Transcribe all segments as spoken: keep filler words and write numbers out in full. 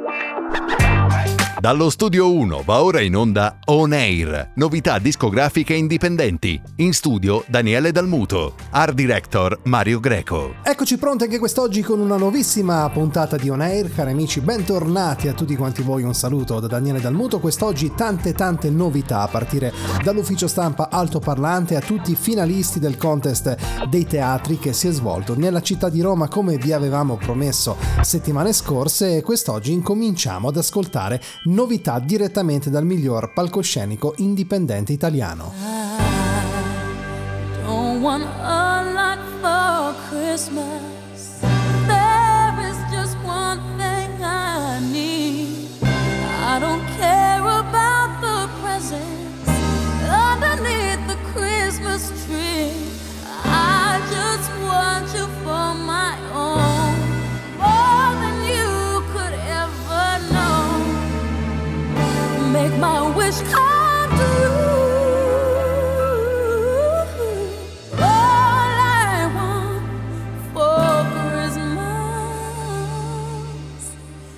Dallo Studio uno va ora in onda On Air, novità discografiche indipendenti. In studio Daniele Dalmuto, Art Director Mario Greco. Eccoci pronti anche quest'oggi con una nuovissima puntata di On Air. Cari amici, bentornati a tutti quanti voi, un saluto da Daniele Dalmuto. Quest'oggi tante tante novità, a partire dall'ufficio stampa altoparlante a tutti i finalisti del contest dei teatri che si è svolto nella città di Roma come vi avevamo promesso settimane scorse, e quest'oggi incominciamo ad ascoltare novità direttamente dal miglior palcoscenico indipendente italiano. I don't want a lot for Christmas. There is just one thing I need. I don't care about the presents underneath the Christmas tree. I just want you for my own, more than you could ever know. Make my wish come true. All I want for Christmas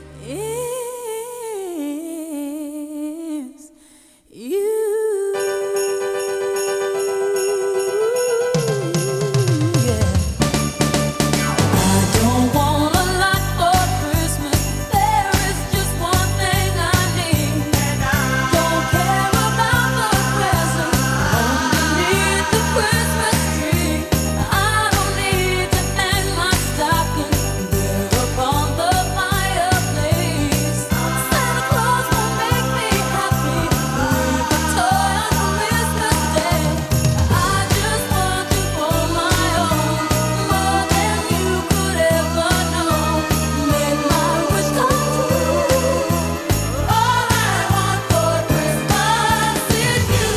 is you. Yeah. I don't want a lot for Christmas. There is just one thing I need. Don't care about the presents underneath the Christmas tree. I don't need to hang my stocking there upon the fireplace. Santa Claus will make me happy with a toy on Christmas Day. I just want you for my own, more than you could ever know. Make my wish come true. All I want for Christmas is you.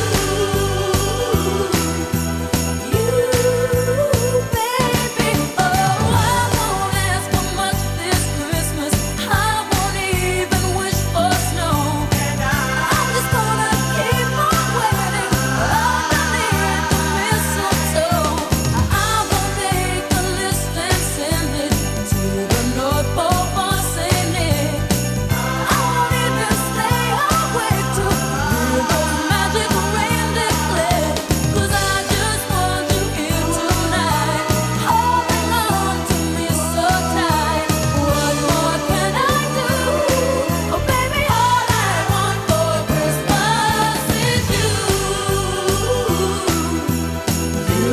You, baby. Oh, I won't ask for much this Christmas. I won't even wish for snow. I'm just gonna keep on waiting underneath the mistletoe. I will make a list and send it to the North Pole for Saint Nick. I won't even stay awake to hear those magic reindeer click. 'Cause I just want you here tonight, holding on to me so tight. What more can I do? Oh baby, all I want for Christmas is you. You,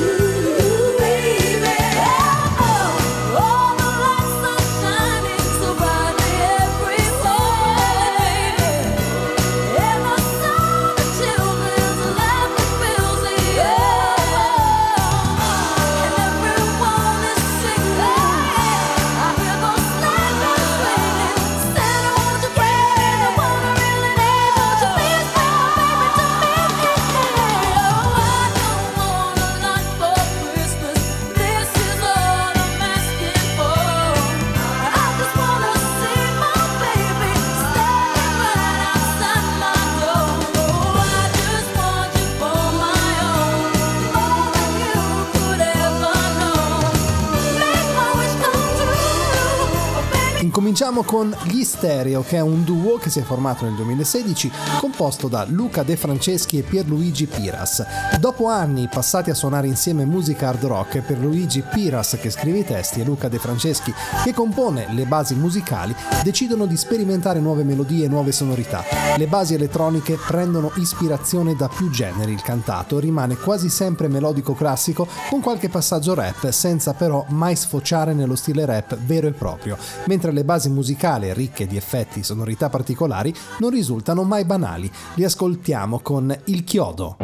baby. Oh, all the lights are shining so brightly everywhere, and the sound of children's laughter fills the air, and everyone is singing. I hear those sleigh bells ringing. Santa, won't you bring the one I really need? Won't you please bring my baby to me? Oh, I don't want a lot for Christmas. This is all I'm asking for. I just wanna see my baby standing right outside my door. Oh, I just want you for my own, more than you could ever know. Make my wish come true. Oh, baby. Incominciamo con Gli Stereo, che è un duo che si è formato nel duemilasedici, composto da Luca De Franceschi e Pierluigi Piras. Dopo anni passati a suonare insieme musica hard rock, Pierluigi Piras che scrive i testi e Luca De Franceschi che compone le basi musicali, decidono di sperimentare nuove melodie e nuove sonorità. Le basi elettroniche prendono ispirazione da più generi, il cantato rimane quasi sempre melodico classico con qualche passaggio rap, senza però mai sfociare nello stile rap vero e proprio, mentre le basi musicali ricche di effetti e sonorità particolari non risultano mai banali. Li ascoltiamo con Il Chiodo.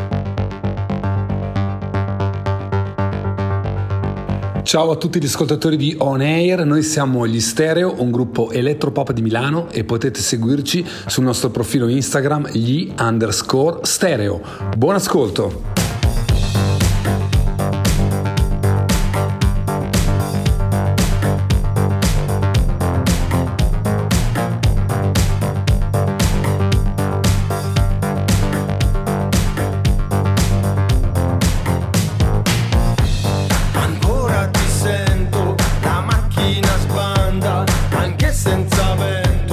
Ciao a tutti gli ascoltatori di On Air, noi siamo Gli Stereo, un gruppo elettropop di Milano, e potete seguirci sul nostro profilo Instagram gli underscore stereo. Buon ascolto! Ancora ti sento, la macchina sbanda, anche senza vento.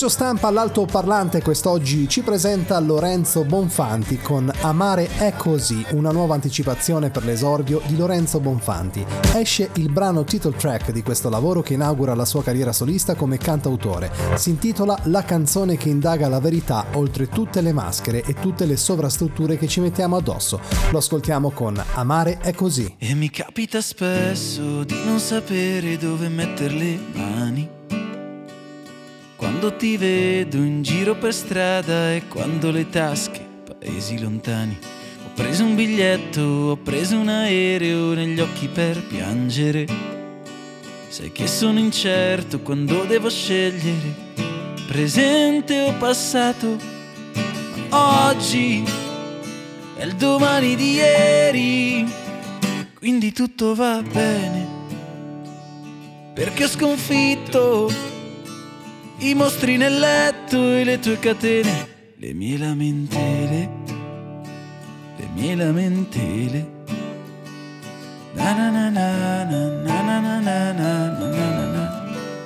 L'ufficio stampa all'altoparlante quest'oggi ci presenta Lorenzo Bonfanti con Amare è così, una nuova anticipazione per l'esordio di Lorenzo Bonfanti. Esce il brano title track di questo lavoro che inaugura la sua carriera solista come cantautore. Si intitola La canzone che indaga la verità oltre tutte le maschere e tutte le sovrastrutture che ci mettiamo addosso. Lo ascoltiamo con Amare è così. E mi capita spesso di non sapere dove mettere le mani quando ti vedo in giro per strada e quando le tasche paesi lontani. Ho preso un biglietto, ho preso un aereo negli occhi per piangere. Sai che sono incerto quando devo scegliere presente o passato. Oggi è il domani di ieri, quindi tutto va bene, perché ho sconfitto i mostri nel letto e le tue catene, le mie lamentele, le mie lamentele. Na na na na na na na na na na na.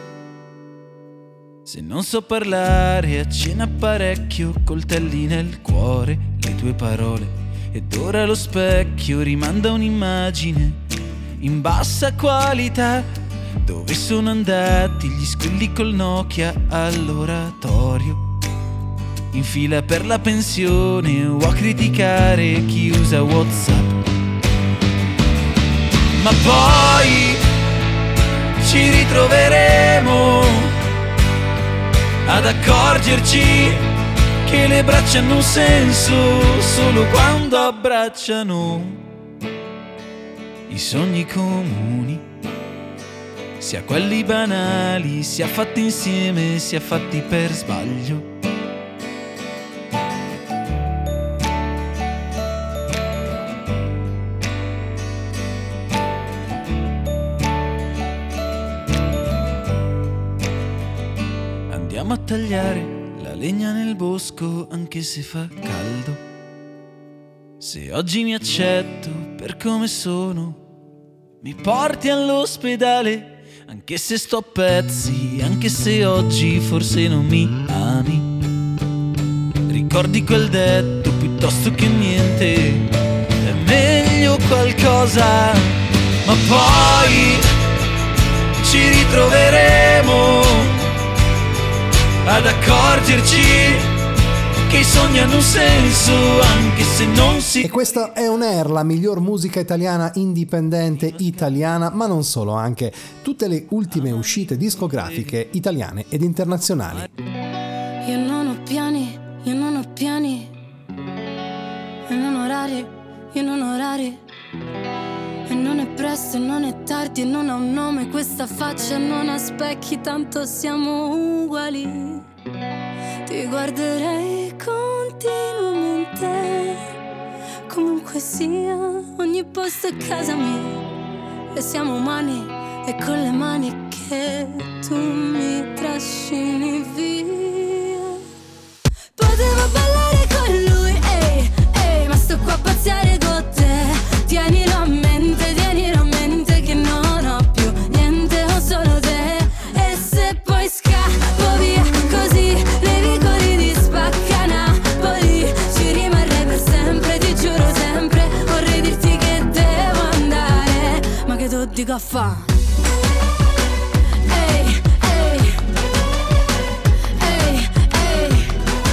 Se non so parlare a cena parecchio, coltelli nel cuore, le tue parole, ed ora lo specchio rimanda un'immagine in bassa qualità. Dove sono andati gli squilli col Nokia all'oratorio? In fila per la pensione o a criticare chi usa WhatsApp? Ma poi ci ritroveremo ad accorgerci che le braccia hanno un senso solo quando abbracciano i sogni comuni, sia quelli banali, sia fatti insieme, sia fatti per sbaglio. Andiamo a tagliare la legna nel bosco anche se fa caldo. Se oggi mi accetto per come sono, mi porti all'ospedale. Anche se sto a pezzi, anche se oggi forse non mi ami. Ricordi quel detto, piuttosto che niente è meglio qualcosa. Ma poi ci ritroveremo ad accorgerci che i sogni hanno un senso anche se non si... E questa è On Air, la miglior musica italiana indipendente italiana, ma non solo, anche tutte le ultime uscite discografiche italiane ed internazionali. Io non ho piani, io non ho piani, e non orari, io non ho orari, e non è presto e non è tardi e non ha un nome questa faccia, non ha specchi, tanto siamo uguali. Ti guarderei continuamente, comunque sia, ogni posto è casa mia. E siamo umani, e con le mani che tu mi trascini via. Potevo ballare con lui, ehi, ehi, ma sto qua a pazziare con te. Tienilo a mente, tienilo a mente che non ho più niente, ho solo te. E se poi scappo via così, nei vicoli di Spacca Napoli, ci rimarrei per sempre, ti giuro sempre. Vorrei dirti che devo andare, ma che tu dico a fa'? Ehi, ehi, ehi, ehi,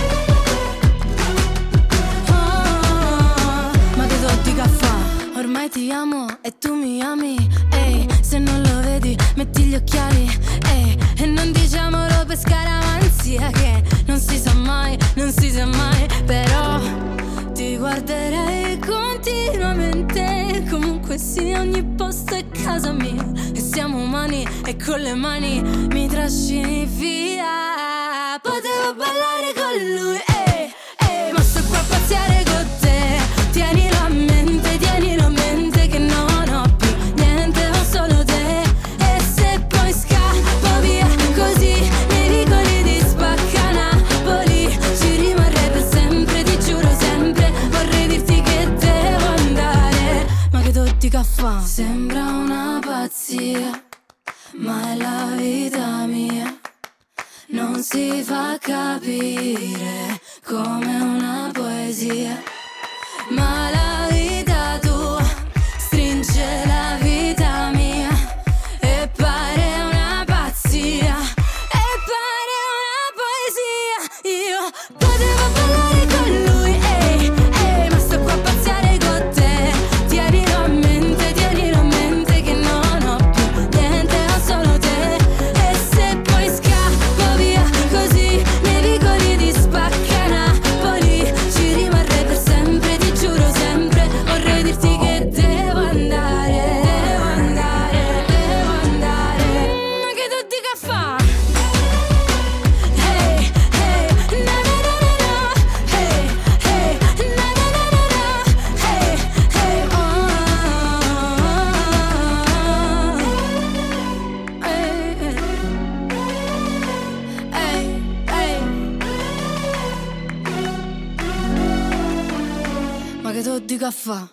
oh, ma che tu dico a fa'? Ormai ti amo e tu mi ami, ehi, se non lo vedi metti gli occhiali, ehi, e non diciamolo per scaramanzia che non si sa mai, non si sa mai, però ti guarderei continuamente, comunque sia, ogni posto è casa mia. E siamo umani e con le mani mi trascini via. Potevo ballare con lui, ehi, ehi, ma sto qua a pazziare con te. Tienilo a mente, tienilo a mente che non ho più niente, ho solo te. E se poi scappo via così, nei vicoli di Spacca Napoli, ci rimarrei per sempre, ti giuro sempre. Vorrei dirti che devo andare, ma che tu dica fa'? Sembra una pazzia, ma è la vita mia. non si fa capire come una poesia, ma la vita tua stringe la vita mia e pare una pazzia, e pare una poesia. Io potevo ballare con lui, ehi, ehi, ma sto qua a pazziare con te. Tienilo a mente, tienilo a mente che non ho più niente, ho solo te. E se poi scappo via così nei vicoli di Spacca Napoli, ci rimarrei per sempre, ti giuro sempre. Vorrei dirti che devo andare, devo andare, devo andare. Ma che tu dica fa? Hey, hey, na na na na na. Hey, hey, na na na na na. Hey, hey, oh. Hey, hey, hey. Ma che tu dica fa?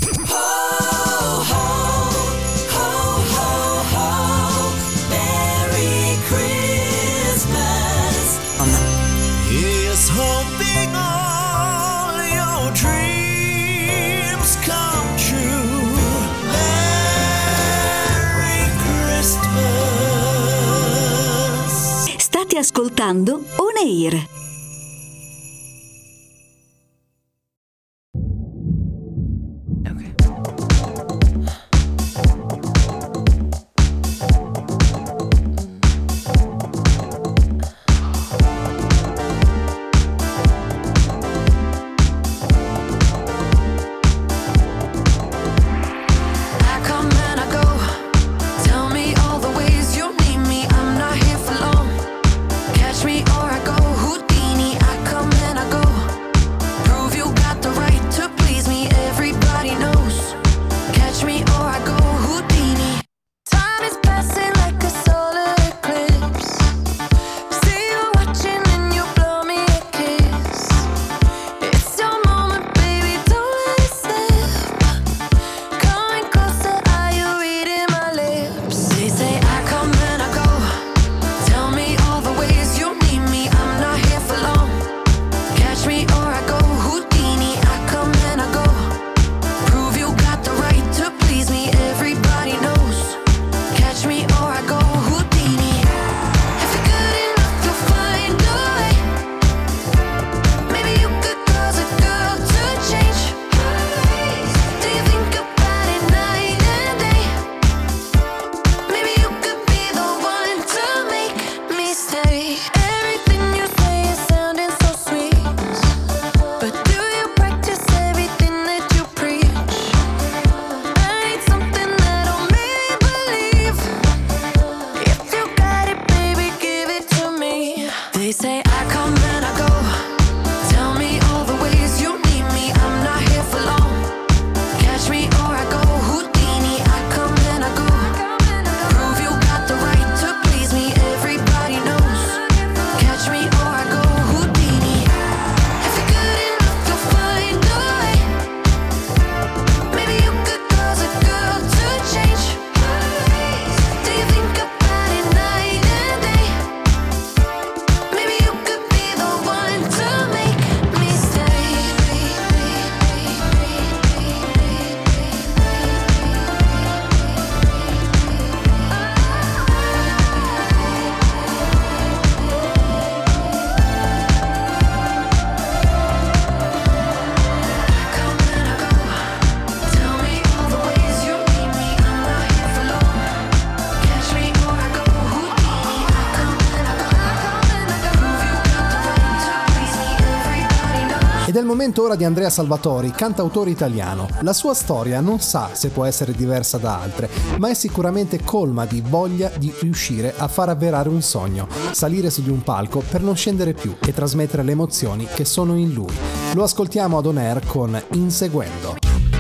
Here's hoping all your dreams come true. Merry Christmas. State ascoltando On Air. I come and I go. Tell me all the ways you need me. I'm not here for long. Catch me or I go Houdini. I come and I go. Prove you got the right to please me. Everybody knows. Catch me or I go Houdini. Time is passing like a solar eclipse. See you watching and you blow me a kiss. It's your moment, baby, don't let it slip. Coming closer, are you reading my lips? They say I come and I go. Tell me all the ways you need me. I'm not here for long. Catch me or I go Houdini. I come and I go. Prove you got the right to please me. Everybody knows. Catch me or I go Houdini. If you're good enough, you'll find a way. Maybe you could cause a girl to change. Do you think about it night and day? Maybe you could be the one to make me stay. Everything you say is sounding so sweet, but do you practice everything that you preach? I need something that'll make me believe. If you got it, baby, give it to me. They say I come and I go. Tell me all the ways you need me. I'm not here for long. Catch me or I go Houdini. I come and I go. Prove you got the right to please me. Everybody knows. Catch me or I go Houdini. If you're good enough, you'll find a way. Maybe you could cause a girl to change. Do you think about it night and day? Maybe you could be the one to make me stay. Come and I go. Tell me all the ways you need me. I'm not here for long. Catch me or I go Houdini. I come and I go. Prove you got the right to please me. Everybody knows. Ed è il momento ora di Andrea Salvatori, cantautore italiano. La sua storia non sa se può essere diversa da altre, ma è sicuramente colma di voglia di riuscire a far avverare un sogno, salire su di un palco per non scendere più e trasmettere le emozioni che sono in lui. Lo ascoltiamo ad On Air con Inseguendo.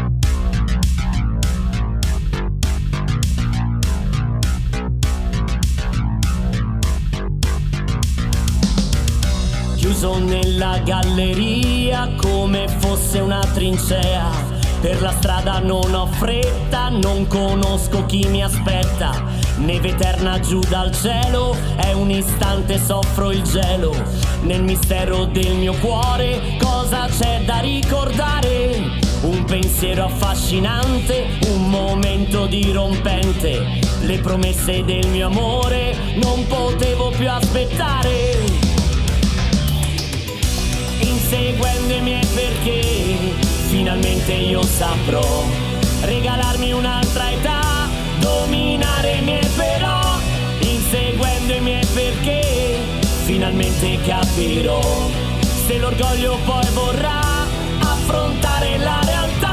Chiuso nella galleria come fosse una trincea. Per la strada non ho fretta, non conosco chi mi aspetta. Neve eterna giù dal cielo, è un istante soffro il gelo. Nel mistero del mio cuore cosa c'è da ricordare? Un pensiero affascinante, un momento dirompente. Le promesse del mio amore non potevo più aspettare. Inseguendo i miei perché, finalmente io saprò regalarmi un'altra età, dominare i miei però. Inseguendo i miei perché, finalmente capirò se l'orgoglio poi vorrà affrontare la realtà.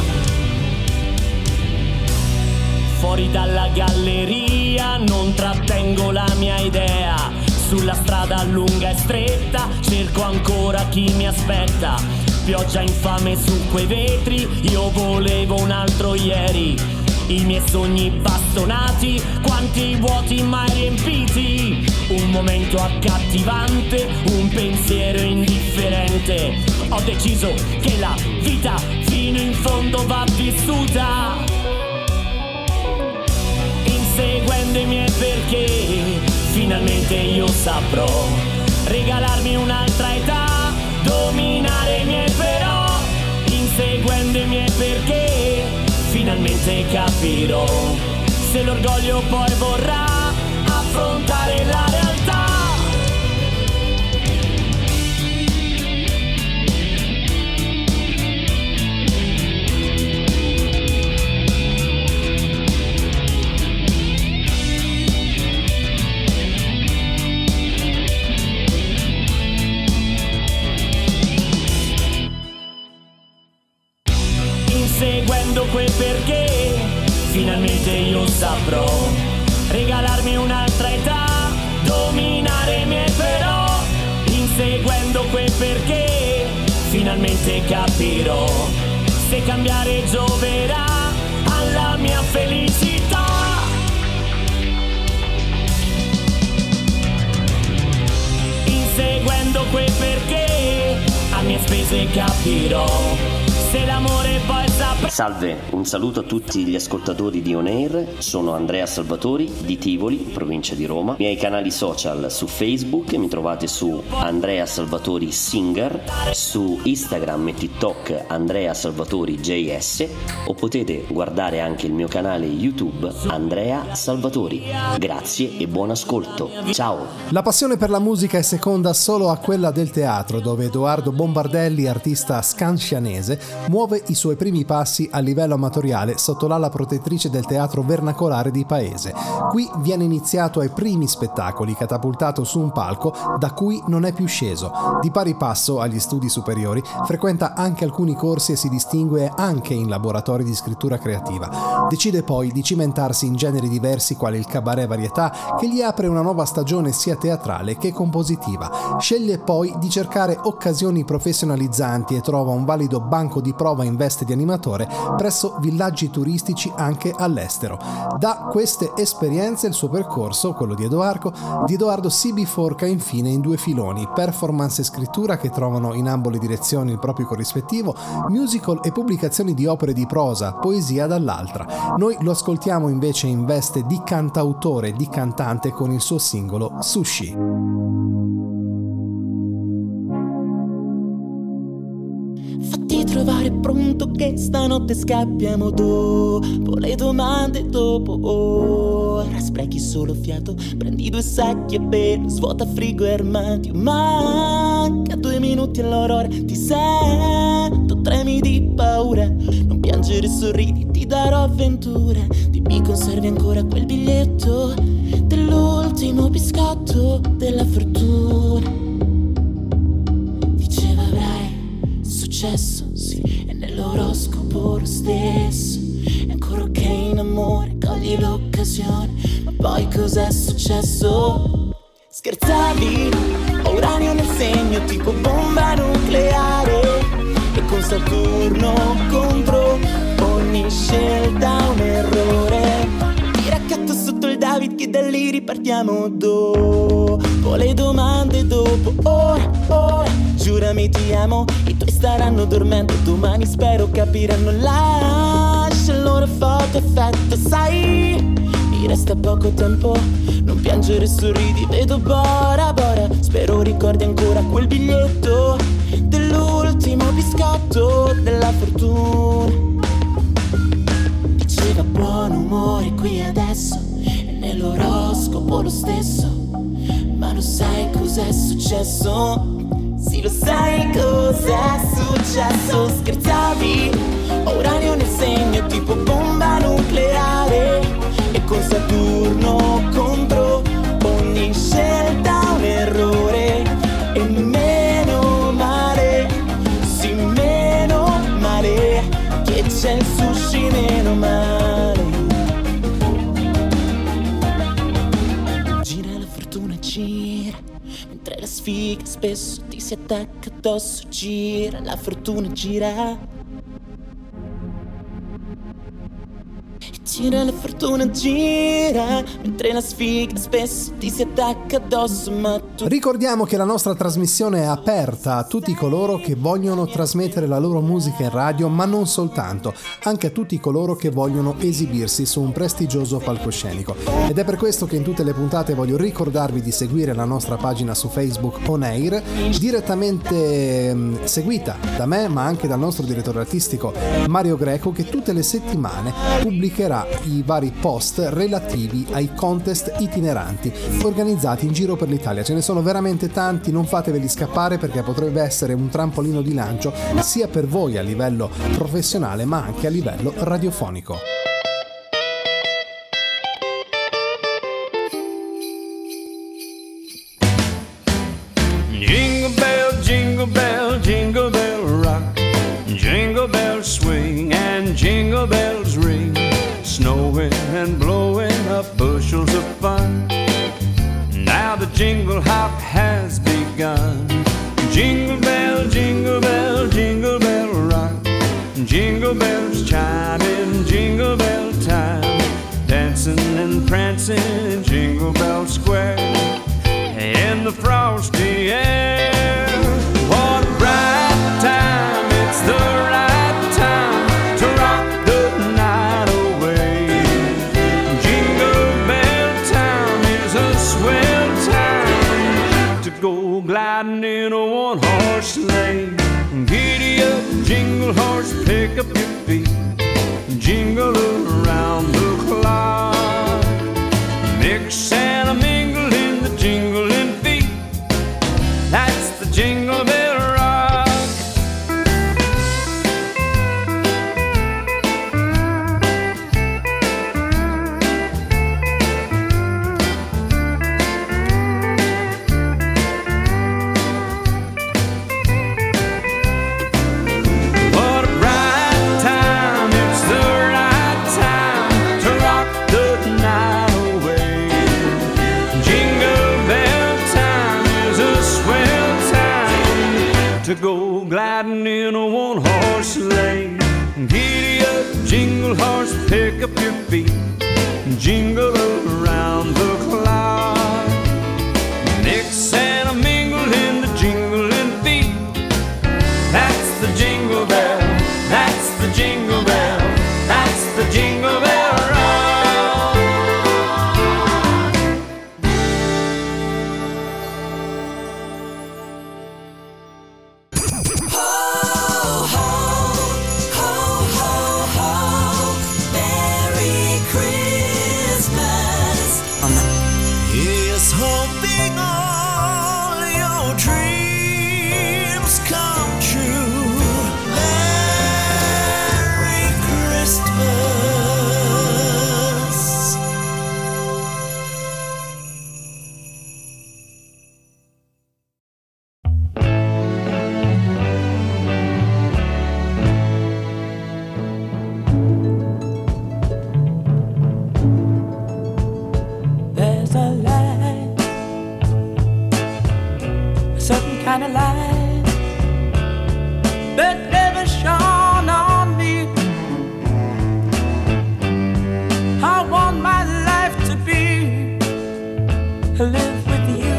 Fuori dalla galleria non trattengo la mia idea. Sulla strada lunga e stretta cerco ancora chi mi aspetta. Pioggia infame su quei vetri, io volevo un altro ieri. I miei sogni bastonati, quanti vuoti mai riempiti. Un momento accattivante, un pensiero indifferente. Ho deciso che la vita fino in fondo va vissuta. Inseguendo i miei perché, finalmente io saprò regalarmi un'altra età, dominare i miei però. Inseguendo i miei perché, finalmente capirò se l'orgoglio poi vorrà affrontare la realtà. Inseguendo quel perché, finalmente io saprò regalarmi un'altra età, dominare i miei però. Inseguendo quel perché, finalmente capirò se cambiare gioverà alla mia felicità. Inseguendo quel perché, a mie spese capirò se l'amore poi saprà. Salve, un saluto a tutti gli ascoltatori di On Air, sono Andrea Salvatori di Tivoli, provincia di Roma. Miei canali social su Facebook mi trovate su Andrea Salvatori Singer, su Instagram e TikTok Andrea Salvatori J S, o potete guardare anche il mio canale YouTube Andrea Salvatori. Grazie e buon ascolto, ciao! La passione per la musica è seconda solo a quella del teatro, dove Edoardo Bombardelli, artista scanscianese, muove i suoi primi passi a livello amatoriale sotto l'ala protettrice del teatro vernacolare di paese. Qui viene iniziato ai primi spettacoli, catapultato su un palco da cui non è più sceso. Di pari passo agli studi superiori, frequenta anche alcuni corsi e si distingue anche in laboratori di scrittura creativa. Decide poi di cimentarsi in generi diversi quali il cabaret varietà, che gli apre una nuova stagione sia teatrale che compositiva. Sceglie poi di cercare occasioni professionalizzanti e trova un valido banco di prova in veste di animatore presso villaggi turistici anche all'estero. Da queste esperienze il suo percorso, quello di Edoardo, di Edoardo si biforca infine in due filoni: performance e scrittura che trovano in ambo le direzioni il proprio corrispettivo, musical e pubblicazioni di opere di prosa, poesia dall'altra. Noi lo ascoltiamo invece in veste di cantautore e di cantante con il suo singolo Sushi. Fatti trovare pronto che stanotte scappiamo dopo le domande dopo ora. Sprechi solo fiato, prendi due sacchi e pelo, svuota frigo e armadio. Manca due minuti all'aurora, ti sento, tremi di paura. Non piangere, sorridi, ti darò avventura. Dimmi, conservi ancora quel biglietto dell'ultimo biscotto della fortuna. Diceva avrai successo, sì, e nell'oroscopo lo stesso. È ancora ok in amore, cogli l'occasione. Ma poi cos'è successo? Scherzavi, ho uranio nel segno tipo bomba nucleare. E con Saturno contro ogni scelta un errore. Ti raccatto sotto il David che da lì ripartiamo dopo le domande dopo ora, ora. Giurami ti amo, i tuoi staranno dormendo, domani spero capiranno. Lascia il loro foto effetto, sai, ti resta poco tempo, non piangere, sorridi, vedo Bora Bora. Spero ricordi ancora quel biglietto dell'ultimo biscotto della fortuna. Diceva buon umore qui adesso, e nell'oroscopo lo stesso. Ma lo sai cos'è successo? Sì, lo sai cos'è successo? Scherzavi, ho uranio nel segno tipo bomba nucleare, e con Saturno contro ogni scelta un errore. E meno male, sì meno male, che c'è il sushi, meno male. Gira la fortuna, gira, mentre la sfiga spesso ti si attacca addosso. Gira la fortuna, gira. Gira la fortuna, gira, mentre la sfiga spesso ti si attacca addosso. Ma tu... Ricordiamo che la nostra trasmissione è aperta a tutti coloro che vogliono trasmettere la loro musica in radio, ma non soltanto, anche a tutti coloro che vogliono esibirsi su un prestigioso palcoscenico. Ed è per questo che in tutte le puntate voglio ricordarvi di seguire la nostra pagina su Facebook On Air, direttamente mh, seguita da me, ma anche dal nostro direttore artistico Mario Greco, che tutte le settimane pubblicherà i vari post relativi ai contest itineranti organizzati in giro per l'Italia. Ce ne sono veramente tanti, non fateveli scappare, perché potrebbe essere un trampolino di lancio sia per voi a livello professionale ma anche a livello radiofonico. Jingle bell, jingle bell, jingle bell rock. Jingle bells swing and jingle bells ring. Snowing and blowing up bushels of fun. Now the jingle hop has begun. Jingle bell, jingle bell, jingle bell rock. Jingle bells chime in jingle bell time. Dancing and prancing in Jingle Bell Square. In the frosty air. What a bright time, it's the right time to rock the night away. Jingle bell time is a swell time to go gliding in a one-horse sleigh. Giddy up, jingle horse, pick up your feet. Jingle around the clock. Mix and a mingle in the jingling feet. That's the Jingle Bell Rock. What a bright time, it's the right time to rock the night away. Jingle bell time is a swell time to go gliding in a one-horse sleigh. Giddy up, jingle horse, pick up your feet. Jingle around the clock. Mix and a mingle in the jingling feet. That's the Jingle Bell, that's the Jingle Bell, that's the Jingle Bell Rock. Merry Christmas. Here's hoping all your dreams come true. Merry Christmas. There's a light, a certain kind of light that never shone on me. I want my life to be live with you,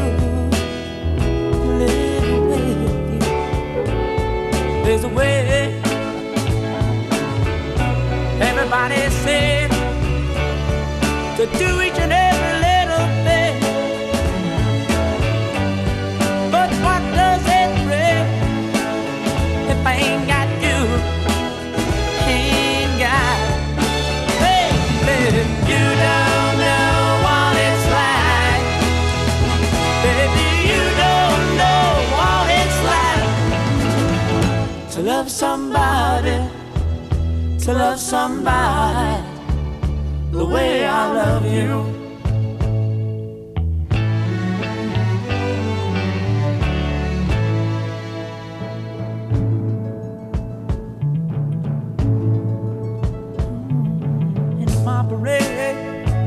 live with you. There's a way, everybody said to do each and every little thing. But what does it bring if I ain't got you? Ain't got, baby, you don't know what it's like. Baby, you don't know what it's like to love somebody, to love somebody the way I love you. In my parade,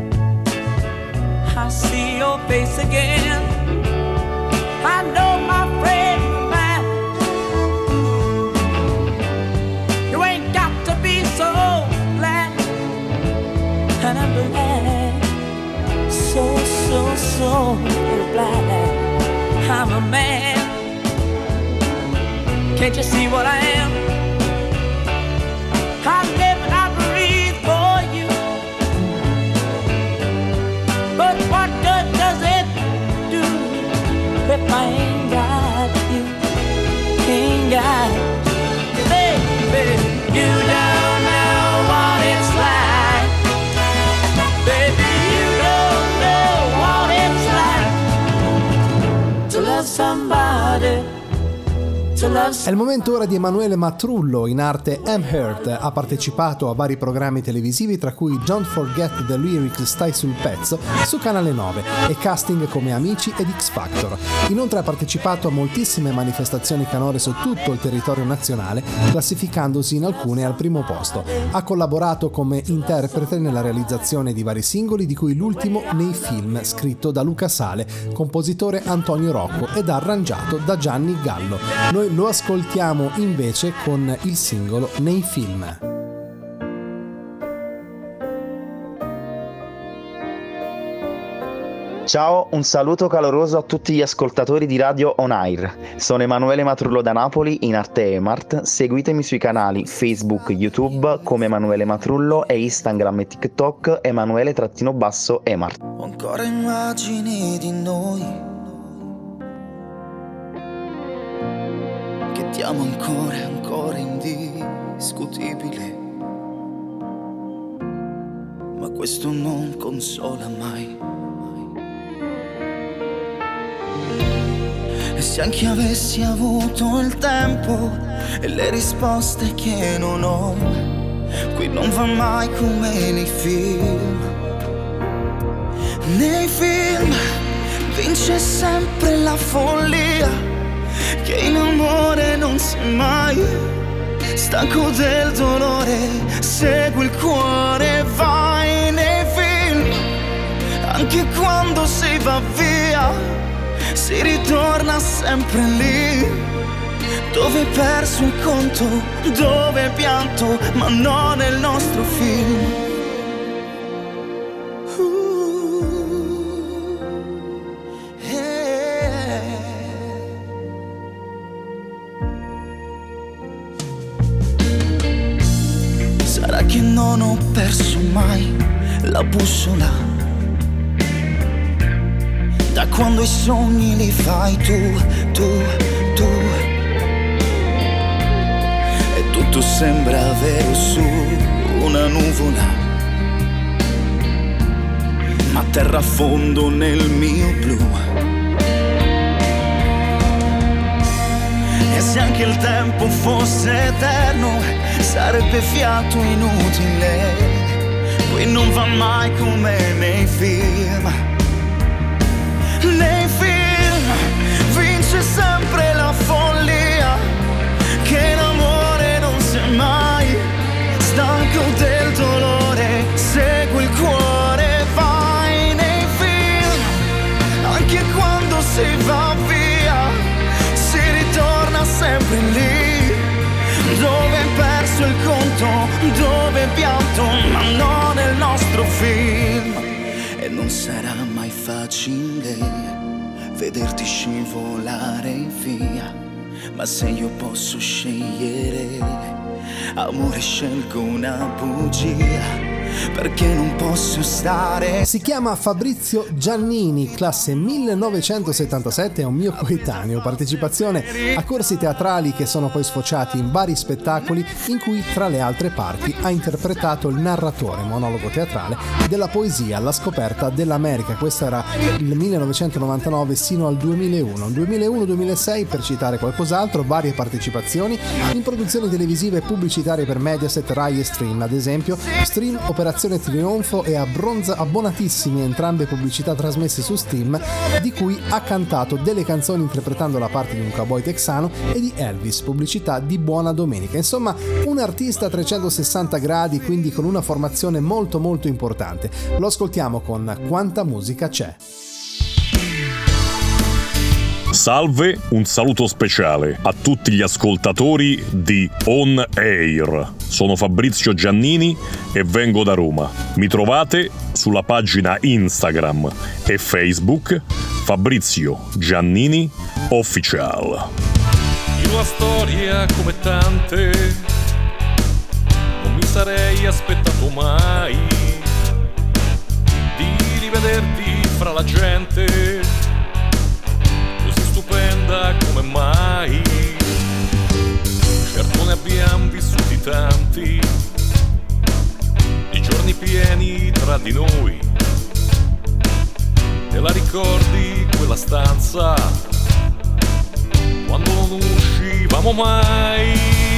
I see your face again. I know my friend of mine, you ain't got to be so glad. And I'm glad, so, so, so glad I'm a man. Can't you see what I am? I live and I breathe for you. But what good does it do if I ain't got you? Ain't got you, baby. You don't know what it's like. Baby, you don't know what it's like to love somebody, to love È il momento ora di Emanuele Matrullo, in arte Amherst. Ha partecipato a vari programmi televisivi, tra cui Don't Forget the Lyrics, Stai sul pezzo, su Canale nove, e casting come Amici ed X Factor. Inoltre ha partecipato a moltissime manifestazioni canore su tutto il territorio nazionale, classificandosi in alcune al primo posto. Ha collaborato come interprete nella realizzazione di vari singoli, di cui l'ultimo Nei film, scritto da Luca Sale, compositore Antonio Rocco ed arrangiato da Gianni Gallo. Noi lo ascoltiamo invece con il singolo Nei film. Ciao, un saluto caloroso a tutti gli ascoltatori di Radio On Air. Sono Emanuele Matrullo da Napoli, in arte Emart. Seguitemi sui canali Facebook, YouTube come Emanuele Matrullo e Instagram e TikTok Emanuele-Emart. Ho ancora immagini di noi che ti amo ancora, ancora indiscutibile. Ma questo non consola mai. E se anche avessi avuto il tempo e le risposte che non ho, qui non va mai come nei film. Nei film vince sempre la follia, che in amore non si è mai. Stanco del dolore, segui il cuore, vai nei film. Anche quando si va via, si ritorna sempre lì, dove hai perso il conto, dove hai pianto, ma non nel nostro film. Uh, eh. Sarà che non ho perso mai la bussola, da quando i sogni li fai tu, tu, tu, e tutto sembra vero su una nuvola, ma terra a fondo nel mio blu. E se anche il tempo fosse eterno, sarebbe fiato inutile. Qui non va mai come nei film. Nei film vince sempre la follia, che in amore non si è mai. Stanco del dolore, segui il cuore, vai nei film. Anche quando si va via, si ritorna sempre lì, dove hai perso il conto, dove hai pianto, ma non nel nostro film. E non sarà mai facile vederti scivolare via, ma se io posso scegliere, amore, scelgo una bugia. perché non posso stare. Si chiama Fabrizio Giannini, classe millenovecentosettantasette, è un mio coetaneo, partecipazione a corsi teatrali che sono poi sfociati in vari spettacoli in cui tra le altre parti ha interpretato il narratore, monologo teatrale, della poesia alla scoperta dell'America. Questo era il millenovecentonovantanove sino al duemilauno. duemilauno duemilasei, per citare qualcos'altro, varie partecipazioni in produzioni televisive e pubblicitarie per Mediaset, Rai e Stream, ad esempio Stream, Operazione Trionfo e abbronza- abbonatissimi entrambe pubblicità trasmesse su Steam, di cui ha cantato delle canzoni interpretando la parte di un cowboy texano, e di Elvis, pubblicità di Buona Domenica. Insomma, un artista a trecentosessanta gradi, quindi con una formazione molto molto importante. Lo ascoltiamo con Quanta musica c'è. Salve, un saluto speciale a tutti gli ascoltatori di On Air. Sono Fabrizio Giannini e vengo da Roma. Mi trovate sulla pagina Instagram e Facebook Fabrizio Giannini Official. In una storia come tante non mi sarei aspettato mai di rivederti fra la gente così stupenda come mai. Certo ne abbiamo vissuti tanti di giorni pieni tra di noi. Te la ricordi quella stanza quando non uscivamo mai?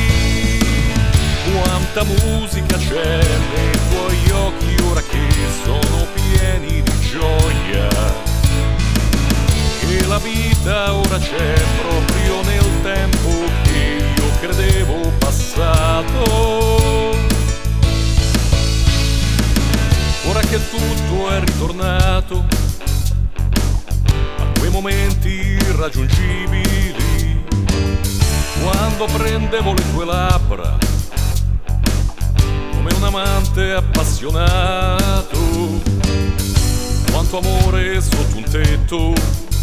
Quanta musica c'è nei tuoi occhi ora che sono pieni di gioia. E la vita ora c'è proprio nel tempo che io credevo passato. Ora che tutto è ritornato a quei momenti irraggiungibili, quando prendevo le tue labbra come un amante appassionato. Quanto amore sotto un tetto,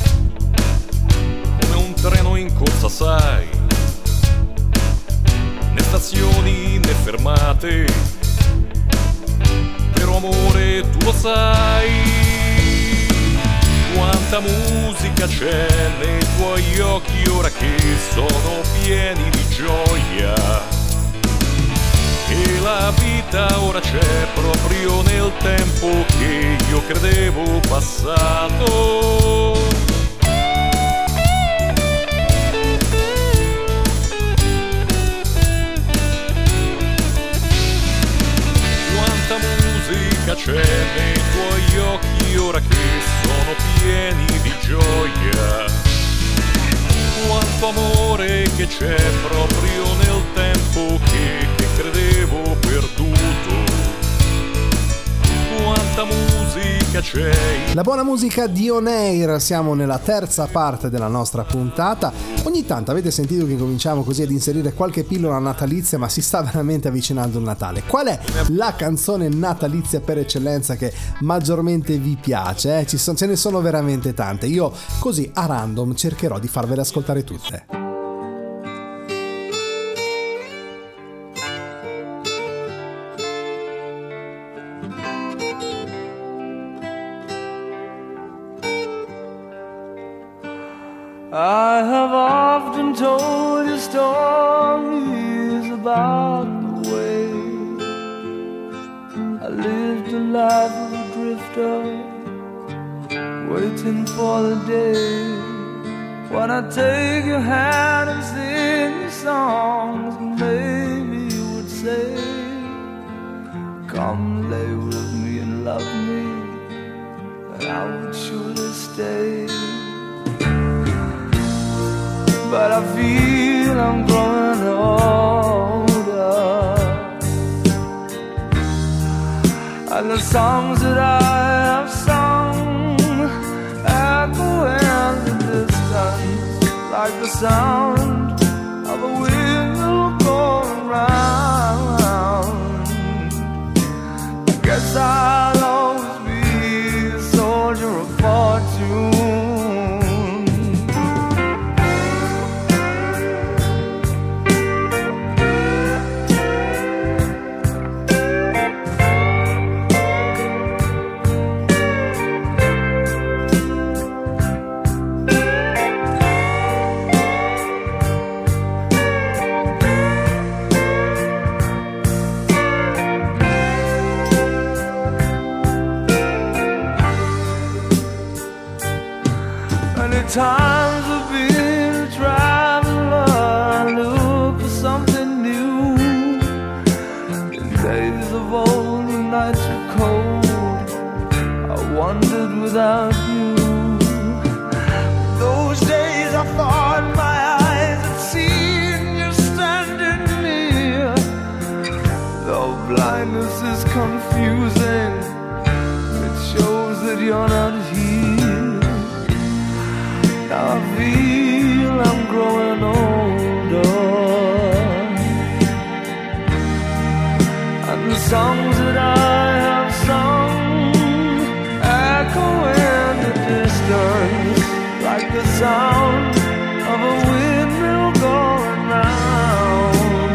come un treno in corsa, sai, né stazioni né fermate, però amore tu lo sai. Quanta musica c'è nei tuoi occhi ora che sono pieni di gioia. E la vita ora c'è proprio nel tempo che io credevo passato. Quanta musica c'è nei tuoi occhi ora che sono pieni di gioia. Quanto amore che c'è proprio nel tempo che, che credevo perduto. Quanta musica c'è. La buona musica di On Air, siamo nella terza parte della nostra puntata. Ogni tanto avete sentito che cominciamo così ad inserire qualche pillola natalizia, ma si sta veramente avvicinando il Natale. Qual è la canzone natalizia per eccellenza che maggiormente vi piace? Eh? Ci son, ce ne sono veramente tante. Io così a random cercherò di farvele ascoltare tutte. I have often told you stories about the way I lived a life of a drifter, waiting for the day when I take your hand and sing you songs. Maybe you would say, come lay with me and love me, and I would surely stay. But I feel I'm growing older, and the songs that I have sung echo in the distance like the sound of a wheel going round. I guess I'll always be a soldier of fortune. times I've been a traveler, I look for something new. In days of old, the nights were cold, I wandered without you. Those days I thought my eyes had seen you standing near. Though blindness is confusing, it shows that you're not here. Now I feel I'm growing older, and the songs that I have sung echo in the distance like the sound of a windmill going round.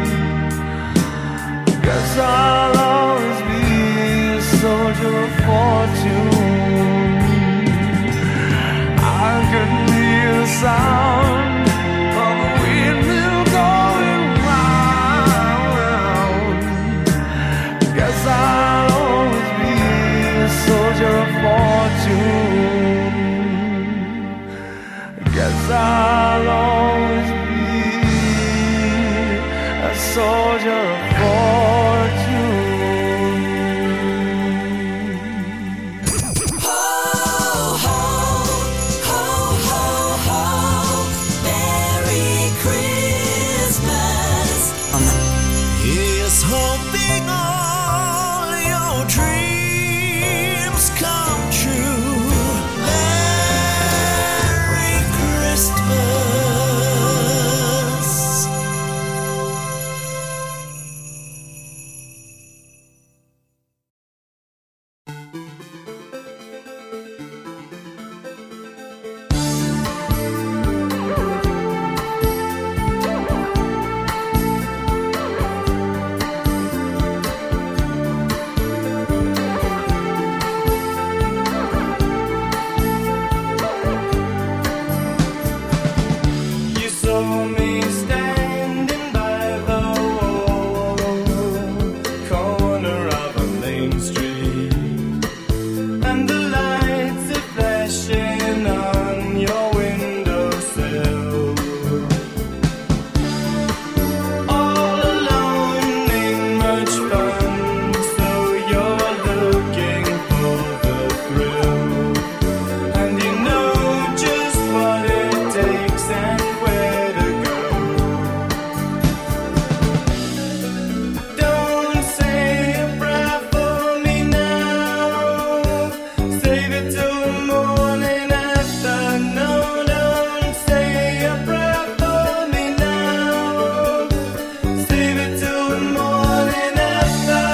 Guess I'll always be a soldier of fortune. I can hear the sound of a windmill going round. Guess I'll always be a soldier of fortune. Guess I'll always be a soldier of fortune. Ho, ho, ho, ho, ho, Merry Christmas. Here's hoping all your dreams come true. Merry Christmas. You saw me standing by the wall, corner of a main street, and the lights are flashing on your windowsill. All alone ain't much fun, so you're looking for the thrill, and you know just what it takes and where to go. Don't say a prayer for me now, save it till the morning after. No, don't say a prayer for me now, save it till the morning after.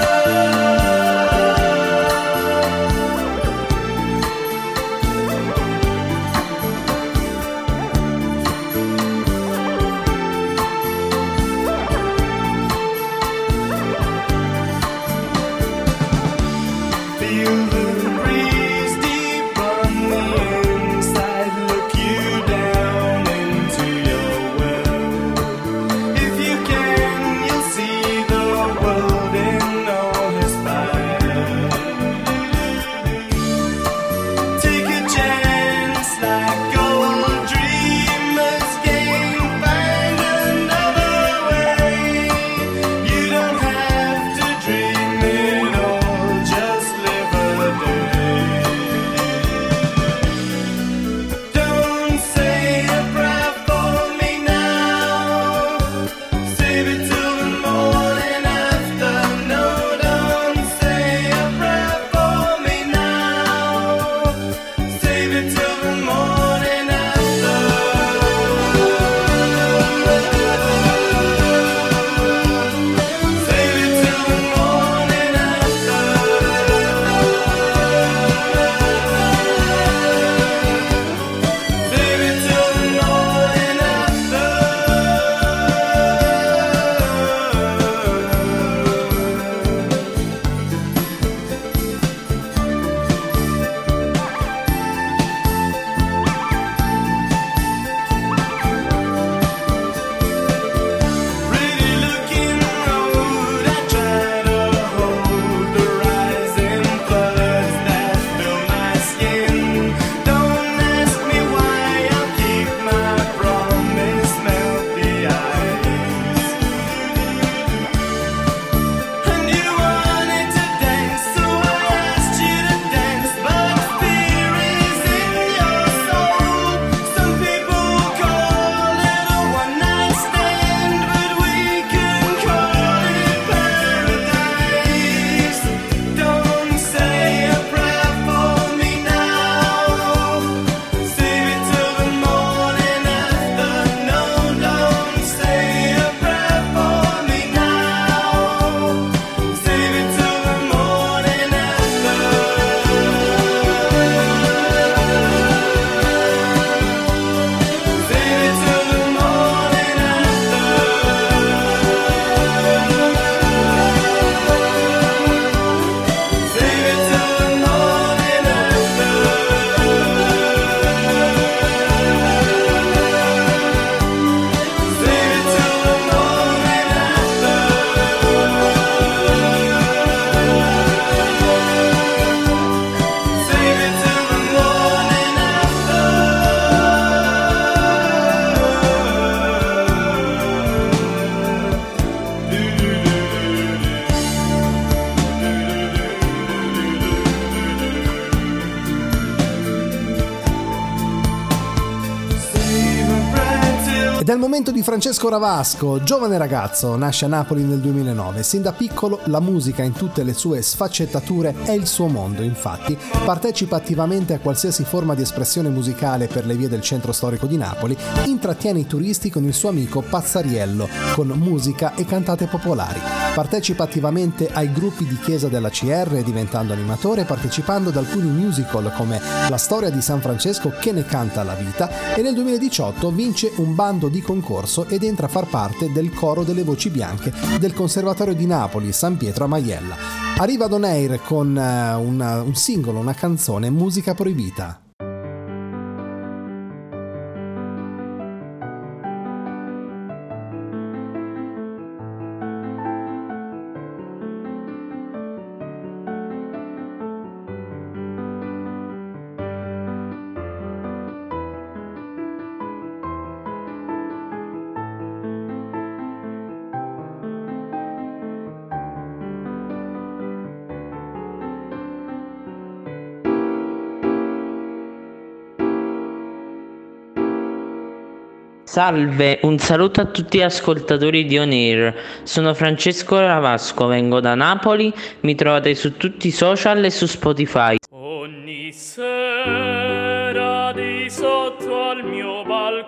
Ed è il momento di Francesco Ravasco, giovane ragazzo, nasce a Napoli nel duemilanove. Sin da piccolo la musica in tutte le sue sfaccettature è il suo mondo, infatti partecipa attivamente a qualsiasi forma di espressione musicale per le vie del centro storico di Napoli, intrattiene i turisti con il suo amico Pazzariello, con musica e cantate popolari. Partecipa attivamente ai gruppi di chiesa della C R, diventando animatore e partecipando ad alcuni musical come La storia di San Francesco che ne canta la vita, e nel duemiladiciotto vince un bando di concorso ed entra a far parte del coro delle voci bianche del Conservatorio di Napoli San Pietro a Maiella. Arriva ad On Air con uh, una, un singolo, una canzone, Musica proibita. Salve, un saluto a tutti gli ascoltatori di On Air. Sono Francesco Ravasco, vengo da Napoli, mi trovate su tutti i social e su Spotify. Ogni sera di sotto al mio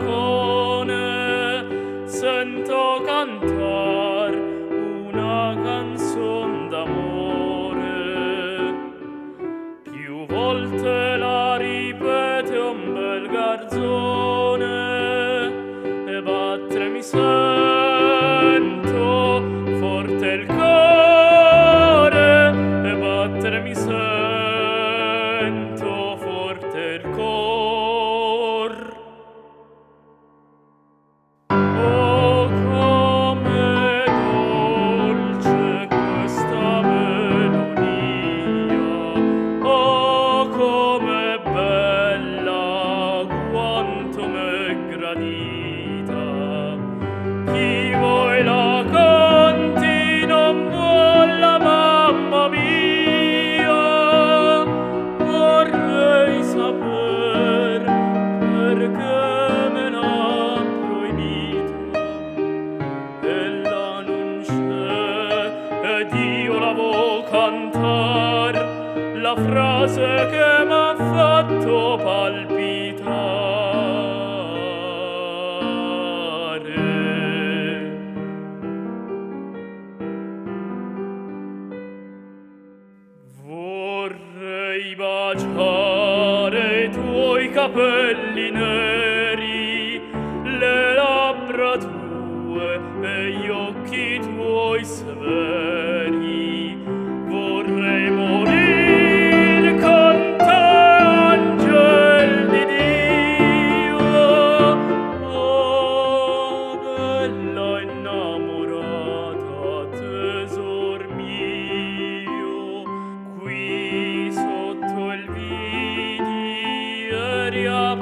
balcone sento cantar una canzone d'amore. Più volte la ripete un bel garzone e battere mi sento forte il cuore, e battere mi sento forte il cor. Oh, come dolce questa melodia, oh, come bella, quanto m'è gradita. Chi vuoi la canti non vuol la mamma mia, vorrei saper perché me l'ha proibita. Ella non c'è ed io la vo cantar la frase che m'ha fatto palpitare. Vorrei baciare i tuoi capelli neri, le labbra tue e gli occhi tuoi severi. Vorrei morire con te, angel di Dio, oh, bella innamorata, tesor mio. Qui sotto il vidi eri a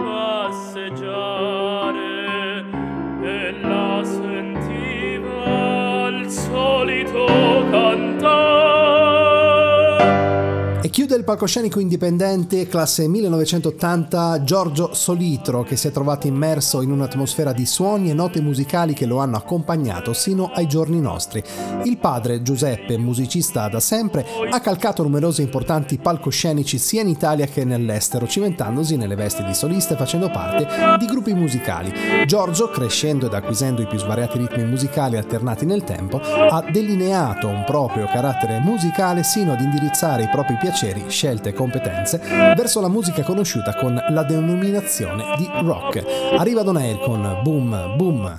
passeggiare e la sentiva al solito cantare. E chiude il palcoscenico indipendente classe millenovecentottanta Giorgio Solitro, che si è trovato immerso in un'atmosfera di suoni e note musicali che lo hanno accompagnato sino ai giorni nostri. Il padre, Giuseppe, musicista da sempre, ha calcato numerosi importanti palcoscenici sia in Italia che nell'estero, cimentandosi nelle vesti di solista e facendo parte di gruppi musicali. Giorgio, crescendo ed acquisendo i più svariati ritmi musicali alternati nel tempo, ha delineato un proprio carattere musicale sino ad indirizzare i propri piaceri, scelte e competenze verso la musica conosciuta con la denominazione di rock. Arriva Don Air con Boom Boom.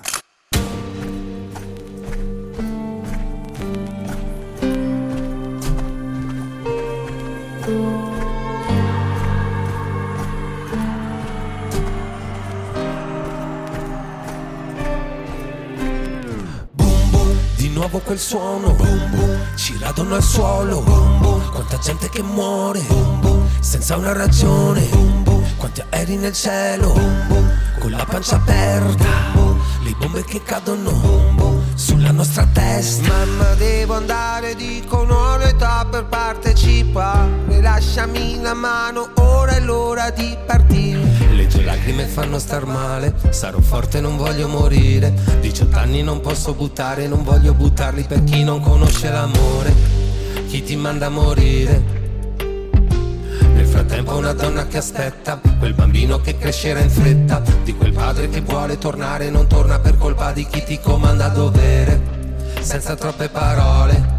Di nuovo quel suono, boom, boom, ci radono al suolo, boom, boom, quanta gente che muore, boom, boom, senza una ragione, boom, boom, quanti aerei nel cielo, boom, boom, con la pancia aperta, boom, le bombe che cadono, boom, boom, sulla nostra testa. Mamma, devo andare, dicono l'età per partecipare, lasciami la mano, ora è l'ora di partire. Legge tue lacrime fanno star male. Sarò forte, non voglio morire. diciotto anni non posso buttare, non voglio buttarli per chi non conosce l'amore. Chi ti manda a morire? Nel frattempo una donna che aspetta, quel bambino che crescerà in fretta, di quel padre che vuole tornare e non torna per colpa di chi ti comanda a dovere, senza troppe parole.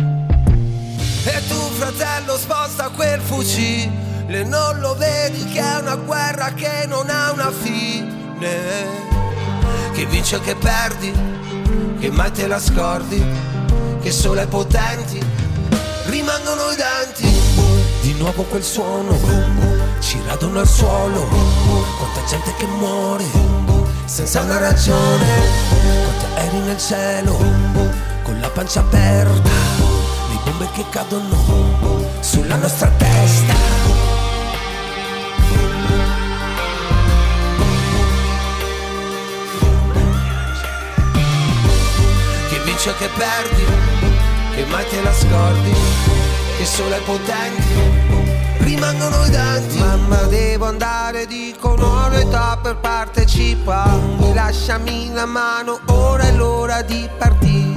E tu fratello sposta quel fucile, non lo vedi che è una guerra che non ha una fine, che vinci o che perdi, che mai te la scordi, che solo ai potenti rimangono i denti. Di nuovo quel suono, ci radono al suolo, quanta gente che muore senza una ragione, quanti aerei nel cielo con la pancia aperta, le bombe che cadono sulla nostra testa. Che vinci o che perdi, che mai te la scordi, che solo ai potenti rimangono i denti. Mamma devo andare, dicono l'età per partecipare, lasciami la mano, ora è l'ora di partire.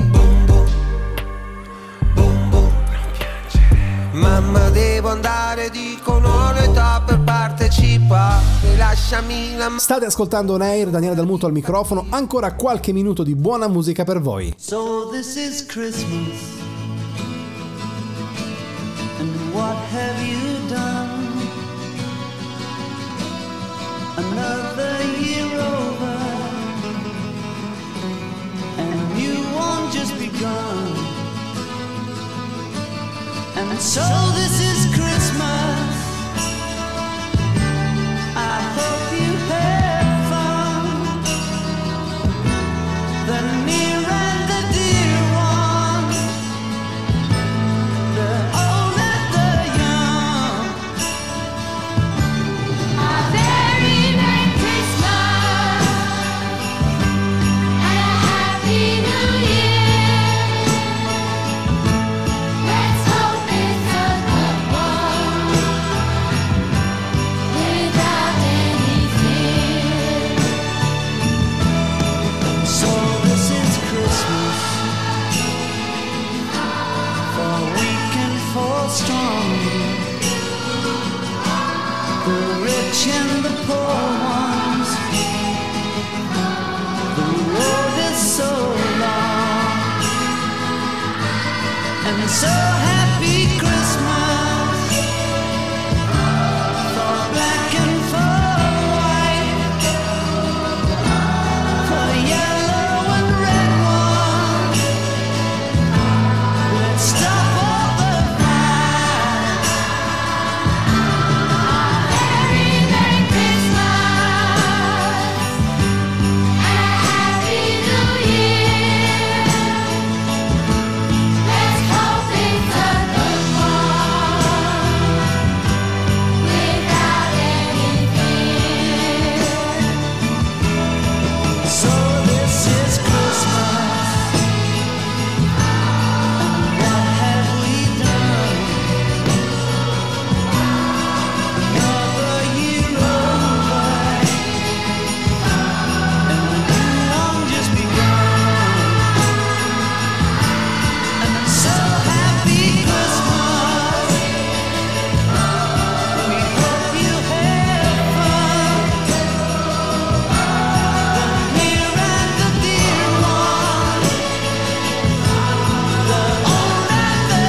Mamma devo andare, dicono l'età per partecipare, lasciami la mano. State ascoltando On Air, Daniele Dal Muto al microfono, ancora qualche minuto di buona musica per voi. So this is Christmas, and what have you done? Another year over, and a new one just begun. And so this is Christmas, I hope you have fun. The near and the dear one, the old and the young. A very Merry Christmas and a Happy New Year. Let's hope it's a good one without any fear. So this is Christmas, for weak and for strong, the rich and the poor ones. The road is so long, and so happy Christmas for black and for white, for yellow and red ones. Let's stop all the fight. Very Merry Christmas and a Happy New Year. Let's hope it's a good one without any fear. So this is Christmas, and what have we done? Another year over, and a new one just begun. And I'm so happy Christmas, we hope you have fun. The near and the dear one, the old and the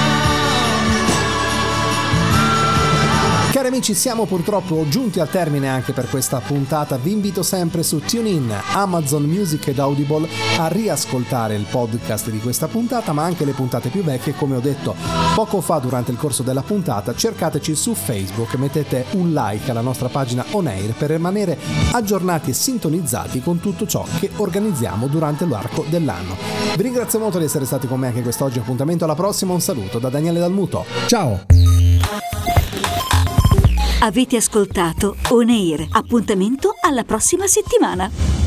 young. Cari amici, siamo purtroppo giunti al termine anche per questa puntata. Vi invito sempre su TuneIn, Amazon Music ed Audible a riascoltare il podcast di questa puntata, ma anche le puntate più vecchie. Come ho detto poco fa durante il corso della puntata, cercateci su Facebook, mettete un like alla nostra pagina On Air per rimanere aggiornati e sintonizzati con tutto ciò che organizziamo durante l'arco dell'anno. Vi ringrazio molto di essere stati con me anche quest'oggi. Appuntamento alla prossima, un saluto da Daniele Dal Muto. Ciao! Avete ascoltato On Air. Appuntamento alla prossima settimana.